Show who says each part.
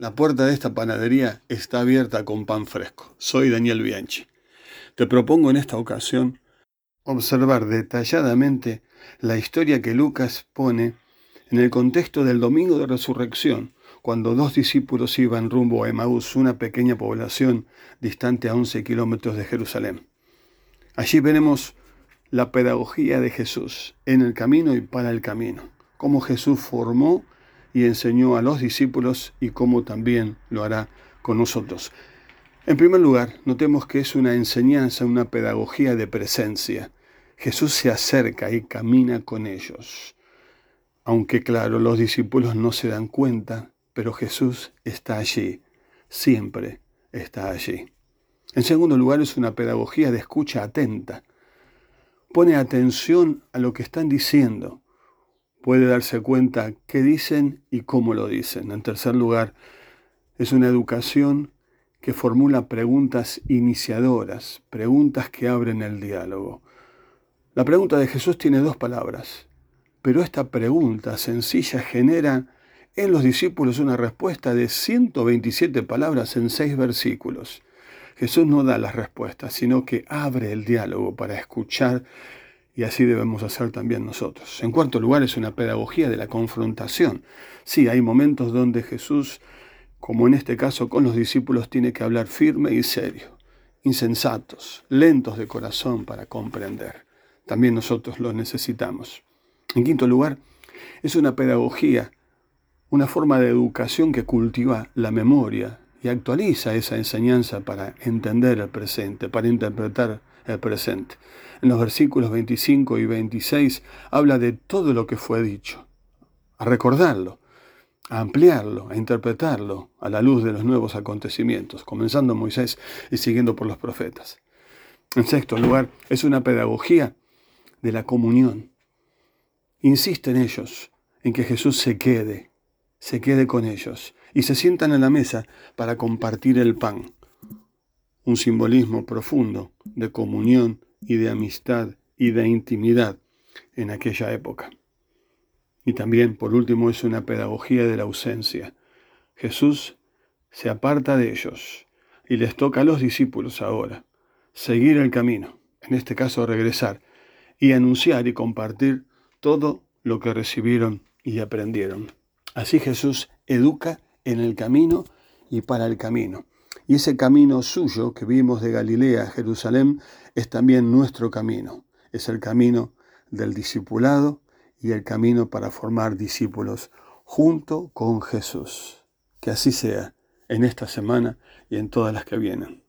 Speaker 1: La puerta de esta panadería está abierta con pan fresco. Soy Daniel Bianchi. Te propongo en esta ocasión observar detalladamente la historia que Lucas pone en el contexto del domingo de resurrección, cuando dos discípulos iban rumbo a Emaús, una pequeña población distante a 11 kilómetros de Jerusalén. Allí veremos la pedagogía de Jesús en el camino y para el camino, cómo Jesús formó y enseñó a los discípulos y cómo también lo hará con nosotros. En primer lugar, notemos que es una enseñanza, una pedagogía de presencia. Jesús se acerca y camina con ellos. Aunque claro, los discípulos no se dan cuenta, pero Jesús está allí, siempre está allí. En segundo lugar, es una pedagogía de escucha atenta. Pone atención a lo que están diciendo. Puede darse cuenta qué dicen y cómo lo dicen. En tercer lugar, es una educación que formula preguntas iniciadoras, preguntas que abren el diálogo. La pregunta de Jesús tiene dos palabras, pero esta pregunta sencilla genera en los discípulos una respuesta de 127 palabras en 6 versículos. Jesús no da las respuestas, sino que abre el diálogo para escuchar, y así debemos hacer también nosotros. En cuarto lugar, es una pedagogía de la confrontación. Sí, hay momentos donde Jesús, como en este caso con los discípulos, tiene que hablar firme y serio, insensatos, lentos de corazón para comprender. También nosotros lo necesitamos. En quinto lugar, es una pedagogía, una forma de educación que cultiva la memoria y actualiza esa enseñanza para entender el presente, para interpretar el presente. En los versículos 25 y 26 habla de todo lo que fue dicho, a recordarlo, a ampliarlo, a interpretarlo a la luz de los nuevos acontecimientos, comenzando en Moisés y siguiendo por los profetas. En sexto lugar, es una pedagogía de la comunión. Insiste en ellos, en que Jesús se quede con ellos y se sientan a la mesa para compartir el pan. Un simbolismo profundo de comunión y de amistad y de intimidad en aquella época. Y también, por último, es una pedagogía de la ausencia. Jesús se aparta de ellos y les toca a los discípulos ahora seguir el camino, en este caso regresar, y anunciar y compartir todo lo que recibieron y aprendieron. Así Jesús educa en el camino y para el camino. Y ese camino suyo que vimos de Galilea a Jerusalén es también nuestro camino. Es el camino del discipulado y el camino para formar discípulos junto con Jesús. Que así sea en esta semana y en todas las que vienen.